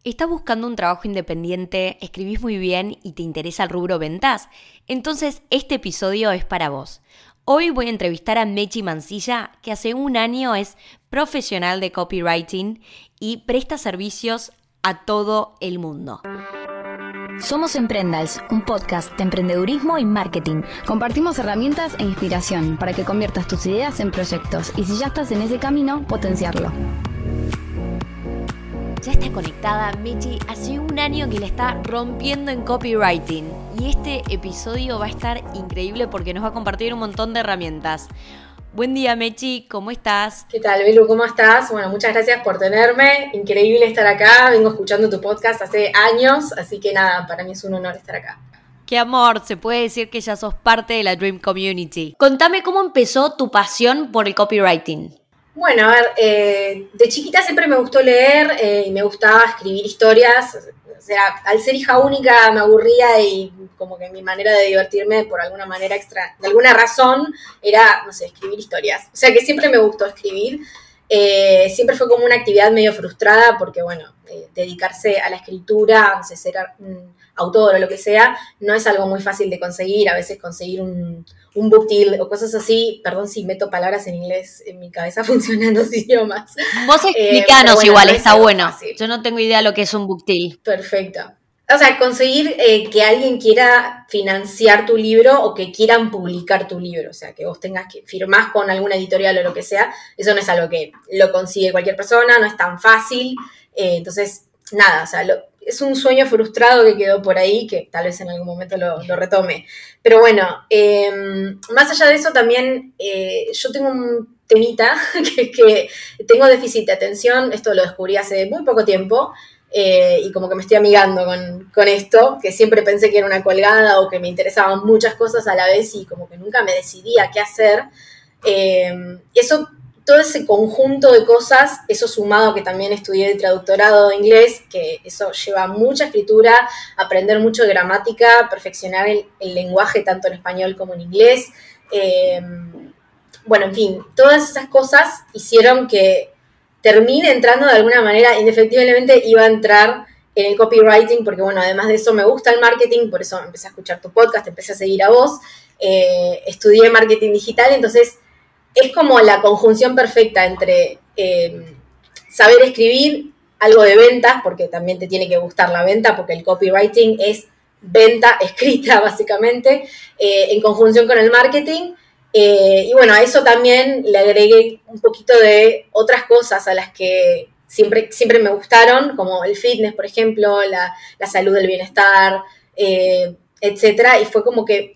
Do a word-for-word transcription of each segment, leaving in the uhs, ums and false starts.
¿Estás buscando un trabajo independiente, escribís muy bien y te interesa el rubro ventas? Entonces este episodio es para vos. Hoy voy a entrevistar a Mechi Mancilla, que hace un año es profesional de copywriting y presta servicios a todo el mundo. Somos Emprendals, un podcast de emprendedurismo y marketing. Compartimos herramientas e inspiración para que conviertas tus ideas en proyectos y si ya estás en ese camino, potenciarlo. Ya está conectada Mechi, hace un año que le está rompiendo en copywriting y este episodio va a estar increíble porque nos va a compartir un montón de herramientas. Buen día Mechi, ¿cómo estás? ¿Qué tal, Belu? ¿Cómo estás? Bueno, muchas gracias por tenerme, increíble estar acá, vengo escuchando tu podcast hace años, así que nada, para mí es un honor estar acá. ¡Qué amor! Se puede decir que ya sos parte de la Dream Community. Contame cómo empezó tu pasión por el copywriting. Bueno, a ver, eh, de chiquita siempre me gustó leer eh, y me gustaba escribir historias. O sea, al ser hija única me aburría y como que mi manera de divertirme por alguna manera extra, de alguna razón, era, no sé, escribir historias. O sea que siempre me gustó escribir. Eh, siempre fue como una actividad medio frustrada porque, bueno, eh, dedicarse a la escritura, no sé, ser un autor o lo que sea, no es algo muy fácil de conseguir. A veces conseguir un, un book deal o cosas así, perdón si meto palabras en inglés, en mi cabeza funcionan dos idiomas. Vos explicanos eh, bueno, igual, no está bueno. Fácil. Yo no tengo idea lo que es un book deal. Perfecto. O sea, conseguir eh, que alguien quiera financiar tu libro o que quieran publicar tu libro, o sea, que vos tengas que firmar con alguna editorial o lo que sea, eso no es algo que lo consigue cualquier persona, no es tan fácil, eh, entonces, nada, o sea, lo, es un sueño frustrado que quedó por ahí, que tal vez en algún momento lo, lo retome. Pero bueno, eh, más allá de eso también, eh, yo tengo un temita, que, que tengo déficit de atención, esto lo descubrí hace muy poco tiempo, Eh, y como que me estoy amigando con, con esto, que siempre pensé que era una colgada o que me interesaban muchas cosas a la vez y como que nunca me decidía qué hacer. Eh, eso, todo ese conjunto de cosas, eso sumado a que también estudié el traductorado de inglés, que eso lleva mucha escritura, aprender mucho de gramática, perfeccionar el, el lenguaje tanto en español como en inglés. Eh, bueno, en fin, todas esas cosas hicieron que termine entrando de alguna manera, indefectiblemente iba a entrar en el copywriting, porque bueno, además de eso me gusta el marketing, por eso empecé a escuchar tu podcast, empecé a seguir a vos, eh, estudié marketing digital, entonces es como la conjunción perfecta entre eh, saber escribir, algo de ventas, porque también te tiene que gustar la venta, porque el copywriting es venta escrita básicamente, eh, en conjunción con el marketing. Eh, y bueno, a eso también le agregué un poquito de otras cosas a las que siempre, siempre me gustaron, como el fitness, por ejemplo, la, la salud, el bienestar, eh, etcétera. Y fue como que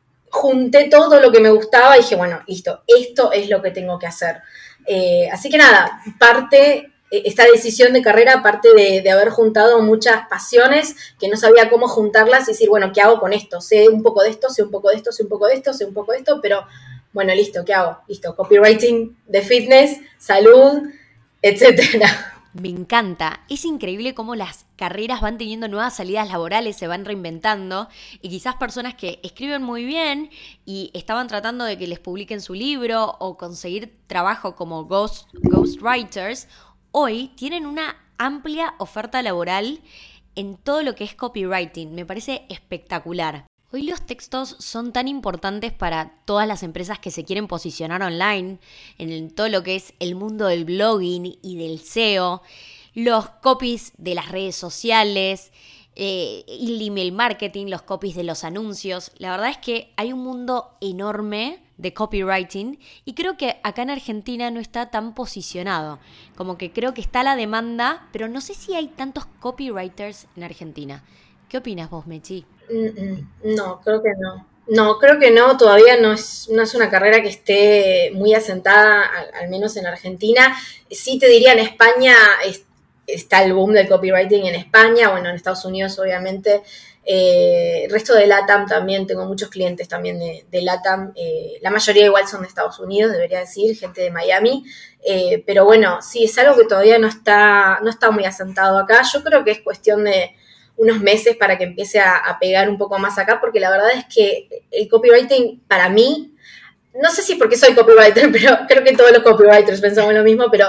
junté todo lo que me gustaba y dije, bueno, listo, esto es lo que tengo que hacer. Eh, así que nada, parte... esta decisión de carrera, aparte de, de haber juntado muchas pasiones, que no sabía cómo juntarlas y decir, bueno, ¿qué hago con esto? Sé un poco de esto, sé un poco de esto, sé un poco de esto, sé un poco de esto, pero bueno, listo, ¿qué hago? Listo, copywriting de fitness, salud, etcétera. Me encanta, es increíble cómo las carreras van teniendo nuevas salidas laborales, se van reinventando y quizás personas que escriben muy bien y estaban tratando de que les publiquen su libro o conseguir trabajo como ghost, ghostwriters, hoy tienen una amplia oferta laboral en todo lo que es copywriting. Me parece espectacular. Hoy los textos son tan importantes para todas las empresas que se quieren posicionar online, en todo lo que es el mundo del blogging y del S E O, los copies de las redes sociales, eh, el email marketing, los copies de los anuncios. La verdad es que hay un mundo enorme de copywriting y creo que acá en Argentina no está tan posicionado. Como que creo que está la demanda, pero no sé si hay tantos copywriters en Argentina. ¿Qué opinas vos, Mechi? No, creo que no. No, creo que no, todavía no es, no es una carrera que esté muy asentada, al, al menos en Argentina. Sí te diría, en España es, está el boom del copywriting en España, bueno, en Estados Unidos obviamente. Eh, el resto de LATAM también, tengo muchos clientes también de, de LATAM, eh, la mayoría igual son de Estados Unidos, debería decir, gente de Miami, eh, pero bueno, sí, es algo que todavía no está, no está muy asentado acá. Yo creo que es cuestión de unos meses para que empiece a, a pegar un poco más acá, porque la verdad es que el copywriting para mí, no sé si porque soy copywriter, pero creo que todos los copywriters pensamos lo mismo, pero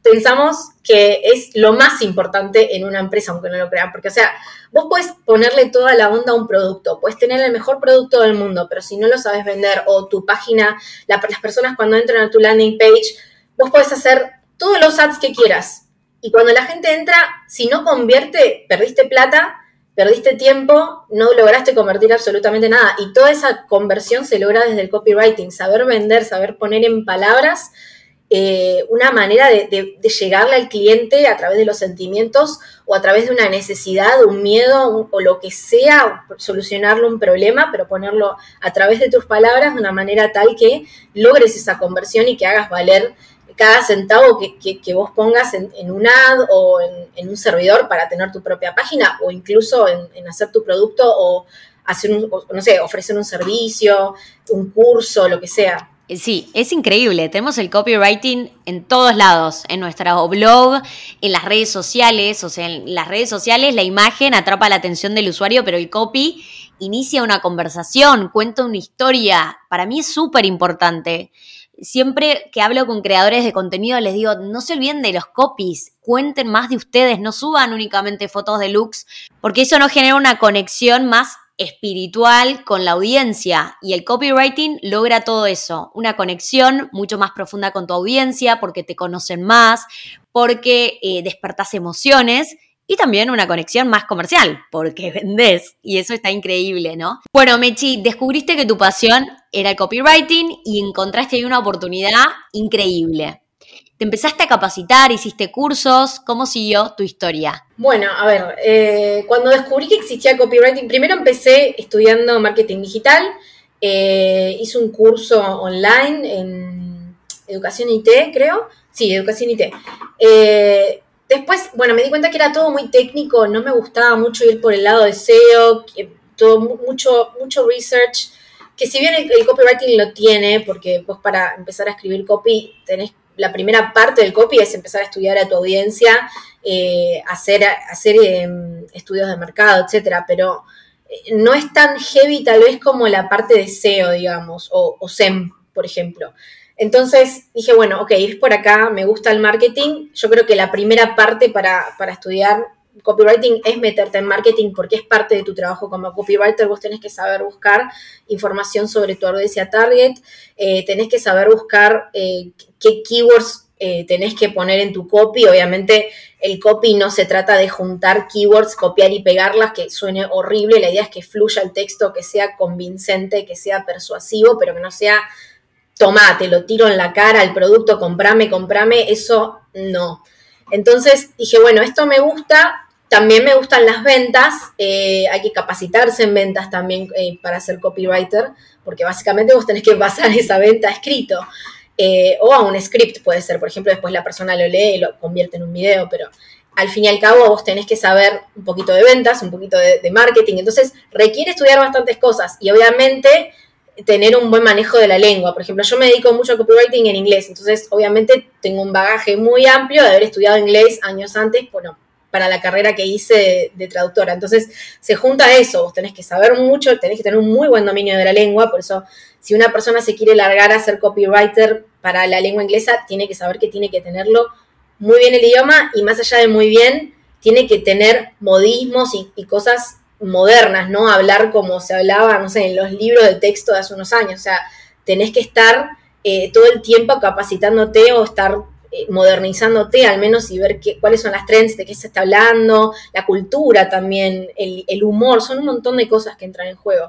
pensamos que es lo más importante en una empresa, aunque no lo crean, porque, o sea, vos podés ponerle toda la onda a un producto, podés tener el mejor producto del mundo, pero si no lo sabes vender, o tu página, la, las personas cuando entran a tu landing page, vos podés hacer todos los ads que quieras, y cuando la gente entra, si no convierte, perdiste plata, perdiste tiempo, no lograste convertir absolutamente nada, y toda esa conversión se logra desde el copywriting, saber vender, saber poner en palabras Eh, una manera de, de, de llegarle al cliente a través de los sentimientos o a través de una necesidad, un miedo un, o lo que sea, solucionarle un problema, pero ponerlo a través de tus palabras de una manera tal que logres esa conversión y que hagas valer cada centavo que, que, que vos pongas en, en un ad o en, en un servidor para tener tu propia página o incluso en, en hacer tu producto o hacer un, o, no sé, ofrecer un servicio, un curso, lo que sea. Sí, es increíble. Tenemos el copywriting en todos lados, en nuestro blog, en las redes sociales. O sea, en las redes sociales la imagen atrapa la atención del usuario, pero el copy inicia una conversación, cuenta una historia. Para mí es súper importante. Siempre que hablo con creadores de contenido les digo, no se olviden de los copies, cuenten más de ustedes, no suban únicamente fotos de looks, porque eso no genera una conexión más espiritual con la audiencia, y el copywriting logra todo eso, una conexión mucho más profunda con tu audiencia porque te conocen más, porque eh, despertás emociones y también una conexión más comercial porque vendés, y eso está increíble, ¿no? Bueno, Mechi, descubriste que tu pasión era el copywriting y encontraste ahí una oportunidad increíble. ¿Te empezaste a capacitar, hiciste cursos? ¿Cómo siguió tu historia? Bueno, a ver, eh, cuando descubrí que existía copywriting, primero empecé estudiando marketing digital, eh, hice un curso online en educación I T, creo, sí, educación I T. Eh, después, bueno, me di cuenta que era todo muy técnico, no me gustaba mucho ir por el lado de S E O, que, todo mucho, mucho research, que si bien el, el copywriting lo tiene, porque vos para empezar a escribir copy tenés la primera parte del copy es empezar a estudiar a tu audiencia, eh, hacer, hacer eh, estudios de mercado, etcétera, pero no es tan heavy tal vez como la parte de S E O, digamos, o, o S E M, por ejemplo. Entonces dije, bueno, ok, es por acá, me gusta el marketing. Yo creo que la primera parte para, para estudiar copywriting es meterte en marketing porque es parte de tu trabajo como copywriter. Vos tenés que saber buscar información sobre tu audiencia target, eh, tenés que saber buscar eh, qué keywords eh, tenés que poner en tu copy. Obviamente el copy no se trata de juntar keywords, copiar y pegarlas, que suene horrible. La idea es que fluya el texto, que sea convincente, que sea persuasivo, pero que no sea tomá, te lo tiro en la cara al producto, comprame, comprame, eso no. Entonces dije, bueno, esto me gusta. También me gustan las ventas, eh, hay que capacitarse en ventas también eh, para ser copywriter, porque básicamente vos tenés que pasar esa venta a escrito, eh, o a un script puede ser, por ejemplo, después la persona lo lee y lo convierte en un video, pero al fin y al cabo vos tenés que saber un poquito de ventas, un poquito de, de marketing, entonces requiere estudiar bastantes cosas y obviamente tener un buen manejo de la lengua. Por ejemplo, yo me dedico mucho a copywriting en inglés, entonces obviamente tengo un bagaje muy amplio de haber estudiado inglés años antes, bueno, para la carrera que hice de, de traductora. Entonces, se junta eso, vos tenés que saber mucho, tenés que tener un muy buen dominio de la lengua, por eso, si una persona se quiere largar a ser copywriter para la lengua inglesa, tiene que saber que tiene que tenerlo muy bien el idioma, y más allá de muy bien, tiene que tener modismos y, y cosas modernas, ¿no? Hablar como se hablaba, no sé, en los libros de texto de hace unos años, o sea, tenés que estar eh, todo el tiempo capacitándote o estar modernizándote al menos y ver qué, cuáles son las trends, de qué se está hablando, la cultura también, el, el humor, son un montón de cosas que entran en juego.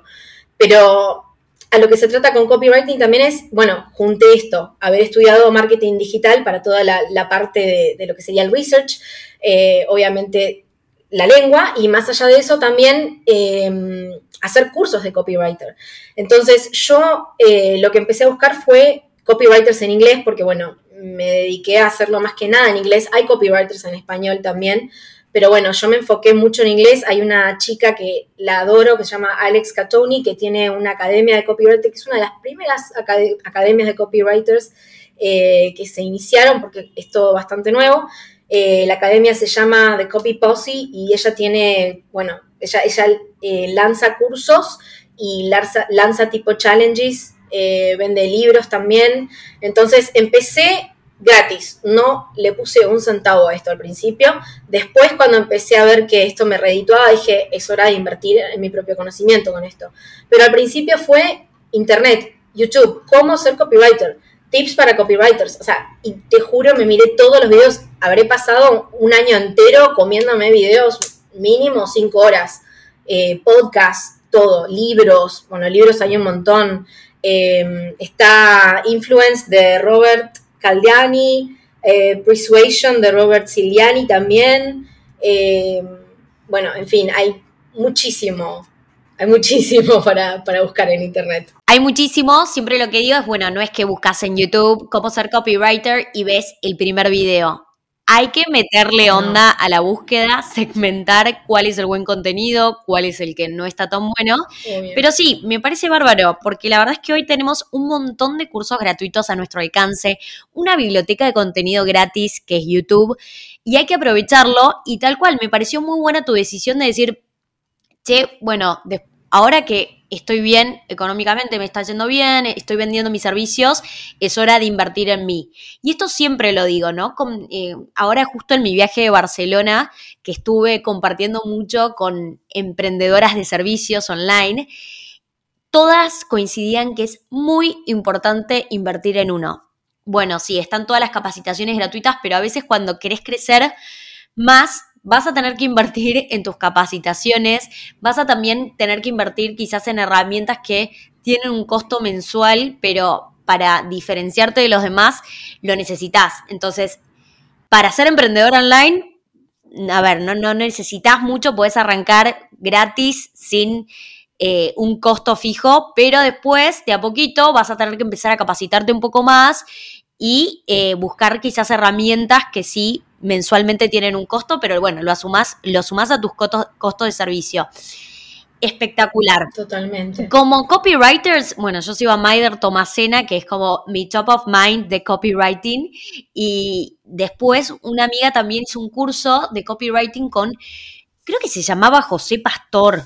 Pero a lo que se trata con copywriting también es, bueno, junté esto, haber estudiado marketing digital para toda la, la parte de, de lo que sería el research, eh, obviamente la lengua, y más allá de eso también eh, hacer cursos de copywriter. Entonces yo eh, lo que empecé a buscar fue copywriters en inglés, porque bueno, me dediqué a hacerlo más que nada en inglés. Hay copywriters en español también, pero bueno, yo me enfoqué mucho en inglés. Hay una chica que la adoro, que se llama Alex Catoni, que tiene una academia de copywriting, que es una de las primeras acad- academias de copywriters eh, que se iniciaron, porque es todo bastante nuevo. Eh, la academia se llama The Copy Posse y ella tiene, bueno, ella, ella eh, lanza cursos y lanza, lanza tipo challenges, Eh, vende libros también. Entonces empecé gratis, no le puse un centavo a esto al principio. Después, cuando empecé a ver que esto me redituaba, dije, es hora de invertir en mi propio conocimiento con esto. Pero al principio fue internet, YouTube, cómo ser copywriter, tips para copywriters, o sea, y te juro, me miré todos los videos, habré pasado un año entero comiéndome videos mínimo cinco horas, eh, podcast, todo, libros, bueno, libros hay un montón, eh, está Influence de Robert Cialdini, eh, Persuasion de Robert Cialdini también, eh, bueno, en fin, hay muchísimo. Hay muchísimo para, para buscar en internet. Hay muchísimo, siempre lo que digo es, bueno, no es que buscas en YouTube cómo ser copywriter y ves el primer video. Hay que meterle onda no. a la búsqueda, segmentar cuál es el buen contenido, cuál es el que no está tan bueno. Obvio. Pero sí, me parece bárbaro, porque la verdad es que hoy tenemos un montón de cursos gratuitos a nuestro alcance, una biblioteca de contenido gratis que es YouTube, y hay que aprovecharlo. Y tal cual, me pareció muy buena tu decisión de decir, che, bueno, de, ahora que estoy bien económicamente, me está yendo bien, estoy vendiendo mis servicios, es hora de invertir en mí. Y esto siempre lo digo, ¿no? Con, eh, ahora justo en mi viaje de Barcelona, que estuve compartiendo mucho con emprendedoras de servicios online, todas coincidían que es muy importante invertir en uno. Bueno, sí, están todas las capacitaciones gratuitas, pero a veces cuando querés crecer más, vas a tener que invertir en tus capacitaciones, vas a también tener que invertir quizás en herramientas que tienen un costo mensual, pero para diferenciarte de los demás lo necesitas. Entonces, para ser emprendedor online, a ver, no, no necesitas mucho, puedes arrancar gratis sin eh, un costo fijo, pero después, de a poquito, vas a tener que empezar a capacitarte un poco más y eh, buscar quizás herramientas que sí mensualmente tienen un costo, pero bueno, lo asumas, lo sumás a tus costos, costos de servicio. Espectacular. Totalmente. Como copywriters, bueno, yo sigo a Maider Tomasena, que es como mi top of mind de copywriting, y después una amiga también hizo un curso de copywriting con, creo que se llamaba José Pastor,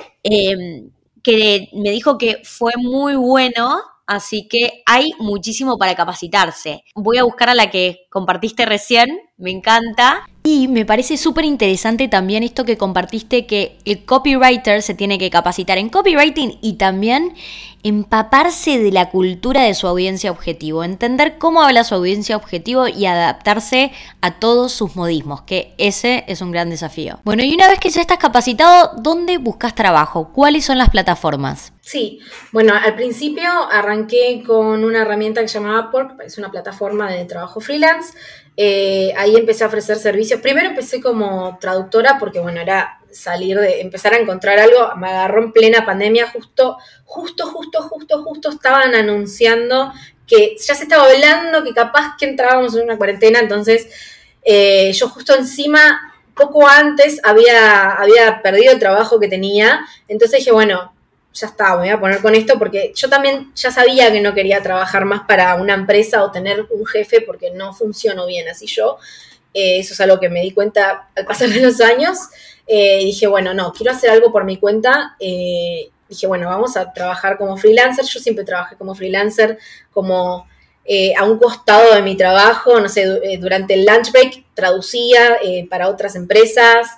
eh, que me dijo que fue muy bueno. Así que hay muchísimo para capacitarse. Voy a buscar a la que compartiste recién, me encanta. Y me parece súper interesante también esto que compartiste, que el copywriter se tiene que capacitar en copywriting y también empaparse de la cultura de su audiencia objetivo, entender cómo habla su audiencia objetivo y adaptarse a todos sus modismos, que ese es un gran desafío. Bueno, y una vez que ya estás capacitado, ¿dónde buscas trabajo? ¿Cuáles son las plataformas? Sí, bueno, al principio arranqué con una herramienta que se llama Upwork, es una plataforma de trabajo freelance. Eh, ahí empecé a ofrecer servicios. Primero empecé como traductora porque, bueno, era salir de, empezar a encontrar algo. Me agarró en plena pandemia, justo, justo, justo, justo, justo estaban anunciando que ya se estaba hablando que capaz que entrábamos en una cuarentena, entonces eh, yo justo encima, poco antes, había, había perdido el trabajo que tenía, entonces dije, bueno, ya está, me voy a poner con esto porque yo también ya sabía que no quería trabajar más para una empresa o tener un jefe porque no funciono bien así yo. Eh, eso es algo que me di cuenta al pasar de los años. Eh, dije, bueno, no, quiero hacer algo por mi cuenta. Eh, dije, bueno, vamos a trabajar como freelancer. Yo siempre trabajé como freelancer, como eh, a un costado de mi trabajo. No sé, eh, durante el lunch break traducía eh, para otras empresas.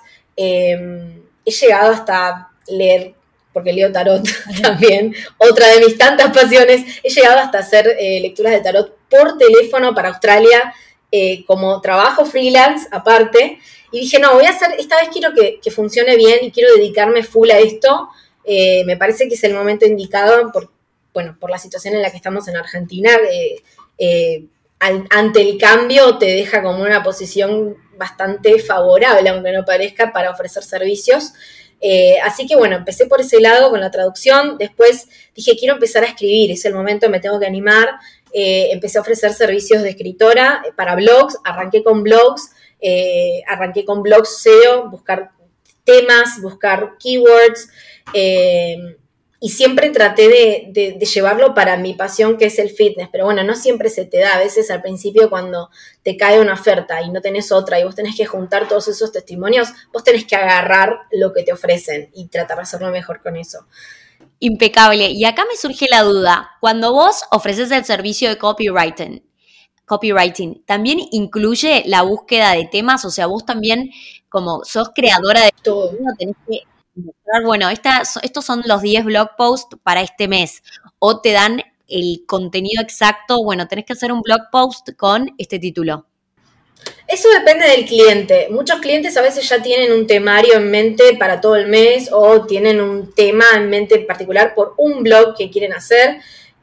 Eh, he llegado hasta leer, porque leo tarot también, otra de mis tantas pasiones. He llegado hasta hacer eh, lecturas de tarot por teléfono para Australia, eh, como trabajo freelance aparte. Y dije, no, voy a hacer, esta vez quiero que, que funcione bien y quiero dedicarme full a esto. Eh, me parece que es el momento indicado por, bueno, por la situación en la que estamos en Argentina. Eh, eh, al, ante el cambio te deja como una posición bastante favorable, aunque no parezca, para ofrecer servicios. Eh, así que bueno, empecé por ese lado con la traducción, después dije quiero empezar a escribir, es el momento, me tengo que animar, eh, empecé a ofrecer servicios de escritora para blogs, arranqué con blogs, eh, arranqué con blogs S E O, buscar temas, buscar keywords, eh, y siempre traté de, de, de llevarlo para mi pasión, que es el fitness, pero bueno, no siempre se te da. A veces al principio cuando te cae una oferta y no tenés otra y vos tenés que juntar todos esos testimonios, vos tenés que agarrar lo que te ofrecen y tratar de hacerlo mejor con eso. Impecable. Y acá me surge la duda, cuando vos ofreces el servicio de copywriting, copywriting, ¿también incluye la búsqueda de temas? O sea, vos también, como sos creadora de Todo. contenido, tenés que mostrar, bueno, esta, estos son los diez blog posts para este mes, o te dan el contenido exacto, bueno, tenés que hacer un blog post con este título. Eso depende del cliente. Muchos clientes a veces ya tienen un temario en mente para todo el mes o tienen un tema en mente en particular por un blog que quieren hacer.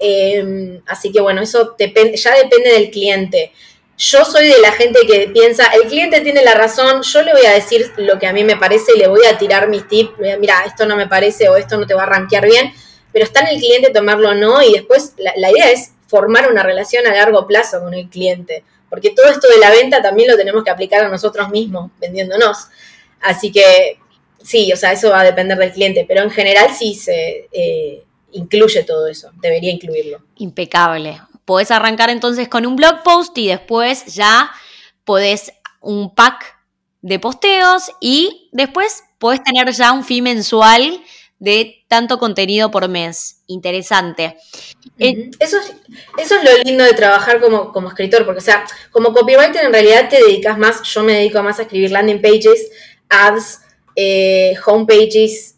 Eh, así que bueno, eso depende, ya depende del cliente. Yo soy de la gente que piensa, el cliente tiene la razón, yo le voy a decir lo que a mí me parece y le voy a tirar mis tips. Mira, esto no me parece o esto no te va a rankear bien, pero está en el cliente tomarlo o no, y después la, la idea es formar una relación a largo plazo con el cliente. Porque todo esto de la venta también lo tenemos que aplicar a nosotros mismos, vendiéndonos. Así que sí, o sea, eso va a depender del cliente, pero en general sí se eh, incluye todo eso, debería incluirlo. Impecable. Podés arrancar entonces con un blog post y después ya podés un pack de posteos y después podés tener ya un fee mensual de tanto contenido por mes. Interesante. Uh-huh. Eh, eso, es, eso es lo lindo de trabajar como, como escritor, porque, o sea, como copywriter en realidad te dedicas más, yo me dedico más a escribir landing pages, ads, eh, homepages,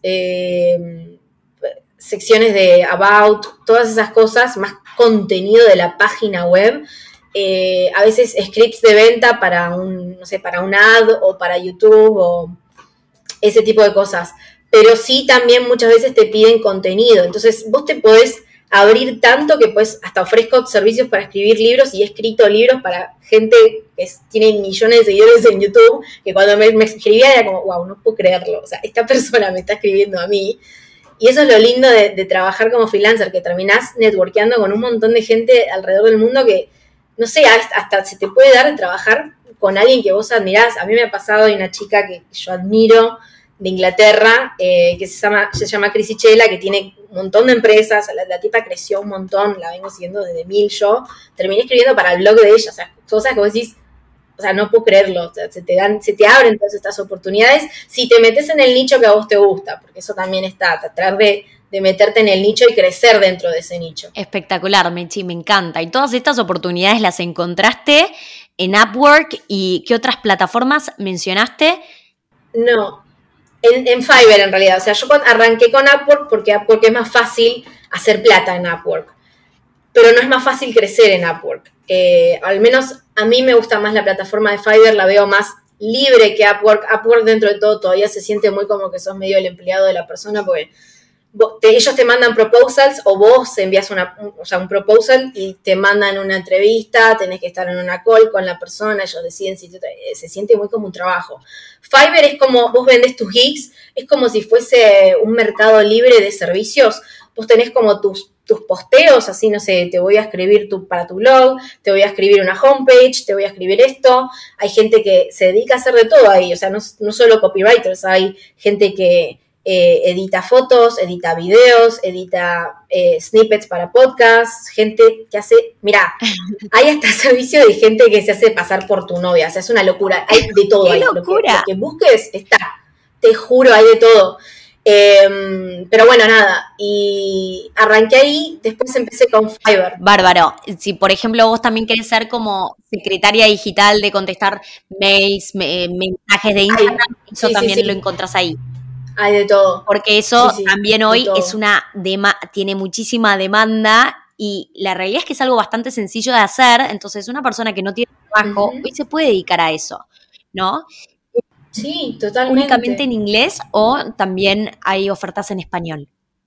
eh, secciones de about, todas esas cosas, más contenido de la página web. Eh, a veces scripts de venta para un, no sé, para un ad o para YouTube o ese tipo de cosas. Pero sí también muchas veces te piden contenido. Entonces vos te podés abrir tanto que pues hasta ofrezco servicios para escribir libros y he escrito libros para gente que es, tiene millones de seguidores en YouTube, que cuando me, me escribía era como, wow, no puedo creerlo. O sea, esta persona me está escribiendo a mí. Y eso es lo lindo de, de trabajar como freelancer, que terminás networkeando con un montón de gente alrededor del mundo que, no sé, hasta, hasta se te puede dar de trabajar con alguien que vos admirás. A mí me ha pasado, hay una chica que yo admiro, de Inglaterra, eh, que se llama, se llama Chrissy Chela, que tiene un montón de empresas, la, la tipa creció un montón, la vengo siguiendo desde mil yo, terminé escribiendo para el blog de ella, o sea, cosas que vos decís, o sea, no puedo creerlo, o sea, se te dan, se te abren todas estas oportunidades, si te metes en el nicho que a vos te gusta, porque eso también está, tratar de, de meterte en el nicho y crecer dentro de ese nicho. Espectacular, Mechi, me encanta. Y todas estas oportunidades las encontraste en Upwork, ¿y qué otras plataformas mencionaste? No, En, en Fiverr en realidad, o sea, yo arranqué con Upwork porque Upwork es más fácil hacer plata en Upwork, pero no es más fácil crecer en Upwork. Eh, al menos a mí me gusta más la plataforma de Fiverr, la veo más libre que Upwork. Upwork dentro de todo todavía se siente muy como que sos medio el empleado de la persona porque vos, te, ellos te mandan proposals o vos envías una, o sea, un proposal y te mandan una entrevista, tenés que estar en una call con la persona, ellos deciden si te, se siente muy como un trabajo. Fiverr es como, vos vendés tus gigs, es como si fuese un mercado libre de servicios. Vos tenés como tus, tus posteos, así, no sé, te voy a escribir tu, para tu blog, te voy a escribir una homepage, te voy a escribir esto. Hay gente que se dedica a hacer de todo ahí, o sea, no, no solo copywriters, hay gente que eh, edita fotos, edita videos, edita eh, snippets para podcasts, gente que hace, mirá, hay hasta servicio de gente que se hace pasar por tu novia, o sea, es una locura, hay de todo. ¡Qué ahí, locura! Lo que, lo que busques está, te juro, hay de todo. Eh, pero bueno, nada, y arranqué ahí, después empecé con Fiverr. Bárbaro. Si, por ejemplo, vos también querés ser como secretaria digital de contestar mails, me, mensajes de Instagram, Ay, eso sí, también sí, sí. lo encontrás ahí. Hay de todo. Porque eso sí, sí, también hoy es una dema- tiene muchísima demanda y la realidad es que es algo bastante sencillo de hacer. Entonces, una persona que no tiene trabajo, uh-huh. hoy se puede dedicar a eso, ¿no? Sí, totalmente. ¿Únicamente en inglés o también hay ofertas en español?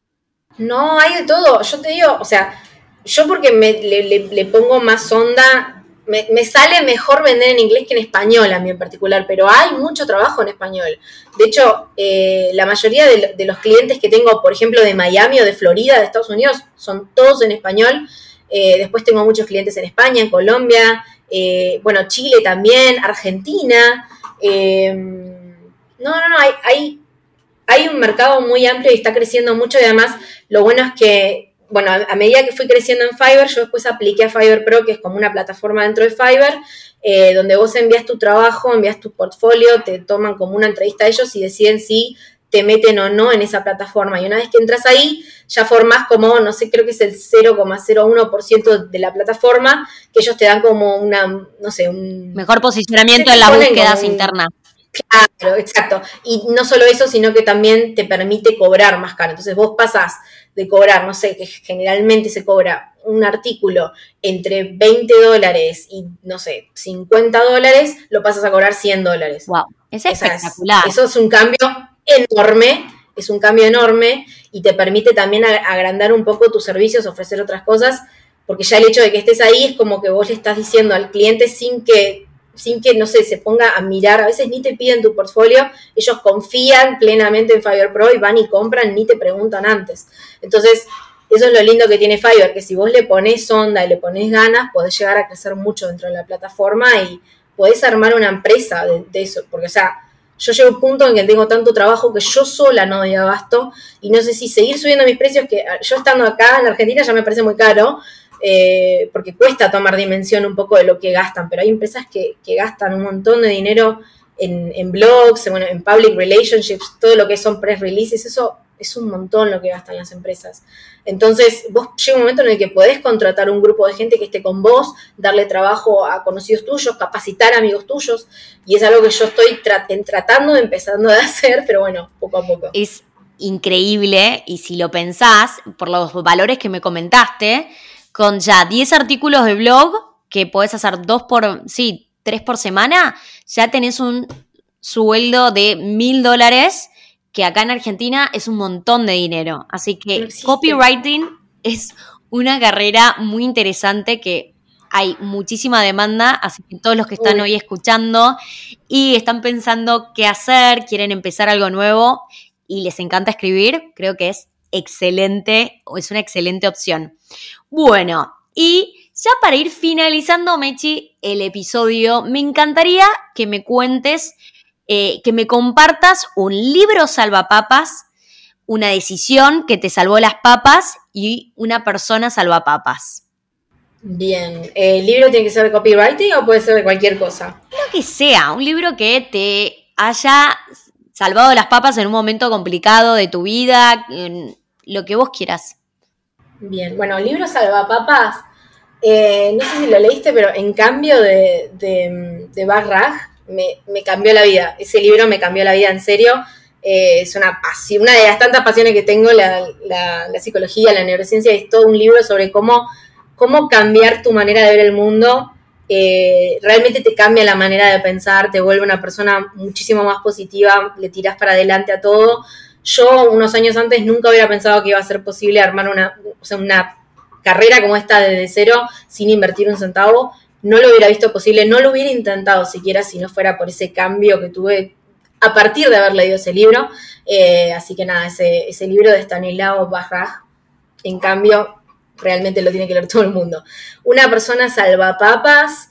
No, hay de todo. Yo te digo, o sea, yo porque me, le, le, le pongo más onda, me, me sale mejor vender en inglés que en español a mí en particular, pero hay mucho trabajo en español. De hecho, eh, la mayoría de, de los clientes que tengo, por ejemplo, de Miami o de Florida, de Estados Unidos, son todos en español. Eh, después tengo muchos clientes en España, en Colombia, eh, bueno, Chile también, Argentina. Eh, no, no, no, hay, hay, hay un mercado muy amplio y está creciendo mucho y además lo bueno es que, bueno, a, a medida que fui creciendo en Fiverr, yo después apliqué a Fiverr Pro, que es como una plataforma dentro de Fiverr, eh, donde vos envías tu trabajo, envías tu portfolio, te toman como una entrevista a ellos y deciden si te meten o no en esa plataforma. Y una vez que entras ahí, ya formás como, no sé, creo que es el cero coma cero uno por ciento de la plataforma, que ellos te dan como una, no sé, un... Mejor posicionamiento en las búsquedas internas. Claro, exacto. Y no solo eso, sino que también te permite cobrar más caro. Entonces vos pasás de cobrar, no sé, que generalmente se cobra un artículo entre veinte dólares y, no sé, cincuenta dólares, lo pasas a cobrar cien dólares. Wow, es espectacular. Es, eso es un cambio enorme, es un cambio enorme y te permite también agrandar un poco tus servicios, ofrecer otras cosas, porque ya el hecho de que estés ahí es como que vos le estás diciendo al cliente sin que... sin que, no sé, se ponga a mirar, a veces ni te piden tu portfolio, ellos confían plenamente en Fiverr Pro y van y compran, ni te preguntan antes. Entonces, eso es lo lindo que tiene Fiverr, que si vos le pones onda y le pones ganas, podés llegar a crecer mucho dentro de la plataforma y podés armar una empresa de, de eso, porque, o sea, yo llego a un punto en que tengo tanto trabajo que yo sola no doy abasto y no sé si seguir subiendo mis precios, que yo estando acá en Argentina ya me parece muy caro, Eh, porque cuesta tomar dimensión un poco de lo que gastan, pero hay empresas que, que gastan un montón de dinero en, en blogs, en, bueno, en public relationships, todo lo que son press releases, eso es un montón lo que gastan las empresas. Entonces, vos llega un momento en el que podés contratar un grupo de gente que esté con vos, darle trabajo a conocidos tuyos, capacitar a amigos tuyos, y es algo que yo estoy tra- tratando, empezando a hacer, pero bueno, poco a poco. Es increíble, y si lo pensás, por los valores que me comentaste, con ya diez artículos de blog, que podés hacer dos por, sí, tres por semana, ya tenés un sueldo de mil dólares, que acá en Argentina es un montón de dinero. Así que copywriting es una carrera muy interesante que hay muchísima demanda, así que todos los que están Uy. hoy escuchando y están pensando qué hacer, quieren empezar algo nuevo y les encanta escribir, creo que es excelente, o es una excelente opción. Bueno, y ya para ir finalizando, Mechi, el episodio, me encantaría que me cuentes, eh, que me compartas un libro salvapapas, una decisión que te salvó las papas y una persona salvapapas. Bien, ¿el libro tiene que ser de copywriting o puede ser de cualquier cosa? Lo que sea, un libro que te haya salvado las papas en un momento complicado de tu vida, en lo que vos quieras. Bien, bueno, libro salvapapas, eh, no sé si lo leíste, pero En cambio de, de, de Bachrach me, me cambió la vida. Ese libro me cambió la vida en serio. Eh, es una pasión, una de las tantas pasiones que tengo, la, la, la psicología, la neurociencia, es todo un libro sobre cómo, cómo cambiar tu manera de ver el mundo. Eh, realmente te cambia la manera de pensar, te vuelve una persona muchísimo más positiva, le tirás para adelante a todo. Yo, unos años antes, nunca hubiera pensado que iba a ser posible armar una, o sea, una carrera como esta desde cero, sin invertir un centavo. No lo hubiera visto posible, no lo hubiera intentado siquiera si no fuera por ese cambio que tuve a partir de haber leído ese libro. Eh, así que nada, ese, ese libro de Stanislav Bachrach, En cambio, realmente lo tiene que leer todo el mundo. Una persona salvapapas.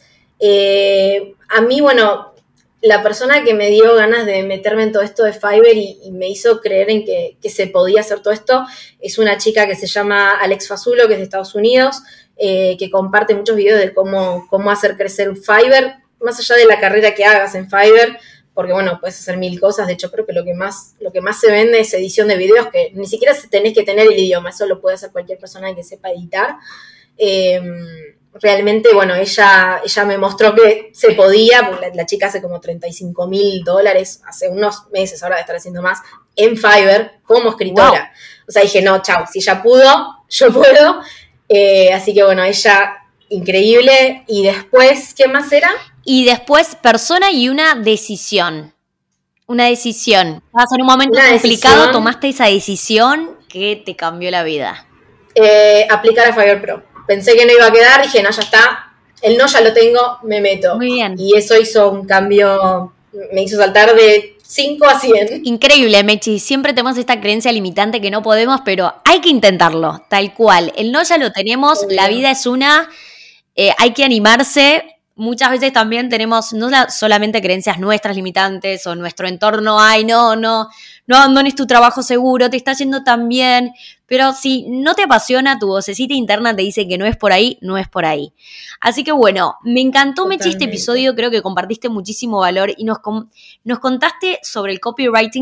Eh, a mí, bueno... La persona que me dio ganas de meterme en todo esto de Fiverr y, y me hizo creer en que, que se podía hacer todo esto es una chica que se llama Alex Fazulo, que es de Estados Unidos, eh, que comparte muchos videos de cómo, cómo hacer crecer un Fiverr, más allá de la carrera que hagas en Fiverr, porque bueno, puedes hacer mil cosas. De hecho, creo que lo que más, lo que más se vende es edición de videos, que ni siquiera tenés que tener el idioma, eso lo puede hacer cualquier persona que sepa editar. Eh, Realmente, bueno, ella, ella me mostró que se podía, porque la, la chica hace como treinta y cinco mil dólares, hace unos meses, ahora de estar haciendo más, en Fiverr como escritora. Wow. O sea, dije, no, chau, si ella pudo, yo puedo. Eh, así que bueno, ella, increíble. Y después, ¿qué más era? Y después, persona y una decisión. Una decisión. Estabas en un momento una complicado, decisión. Tomaste esa decisión que te cambió la vida. Eh, aplicar a Fiverr Pro. Pensé que no iba a quedar, dije, no, ya está, el no ya lo tengo, me meto. Muy bien. Y eso hizo un cambio, me hizo saltar de cinco a cien. Increíble, Mechi, siempre tenemos esta creencia limitante que no podemos, pero hay que intentarlo, tal cual. El no ya lo tenemos, sí. La vida es una, eh, hay que animarse. Muchas veces también tenemos no solamente creencias nuestras limitantes o nuestro entorno, ay, no, no, no abandones tu trabajo seguro, te está yendo tan bien, pero si no te apasiona, tu vocecita interna te dice que no es por ahí, no es por ahí. Así que bueno, me encantó, Mechi, este episodio, creo que compartiste muchísimo valor y nos, nos contaste sobre el copywriting, que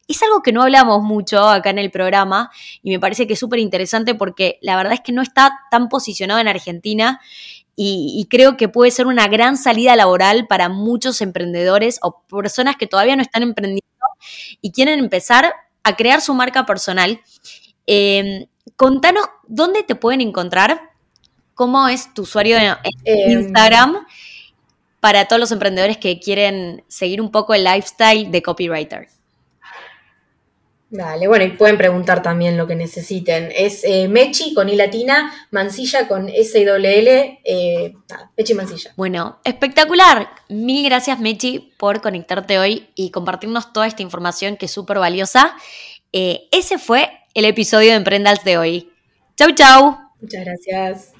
es algo que no hablamos mucho acá en el programa y me parece que es súper interesante porque la verdad es que no está tan posicionado en Argentina y, y creo que puede ser una gran salida laboral para muchos emprendedores o personas que todavía no están emprendiendo y quieren empezar a crear su marca personal. Eh, contanos dónde te pueden encontrar, cómo es tu usuario en, en Eh, Instagram para todos los emprendedores que quieren seguir un poco el lifestyle de copywriter. Dale, bueno, y pueden preguntar también lo que necesiten. Es eh, Mechi con I latina, Mancilla con S y doble L, eh, nada, Mechi Mancilla. Bueno, espectacular. Mil gracias, Mechi, por conectarte hoy y compartirnos toda esta información que es súper valiosa. Eh, ese fue el episodio de Emprendals de hoy. Chau, chau. Muchas gracias.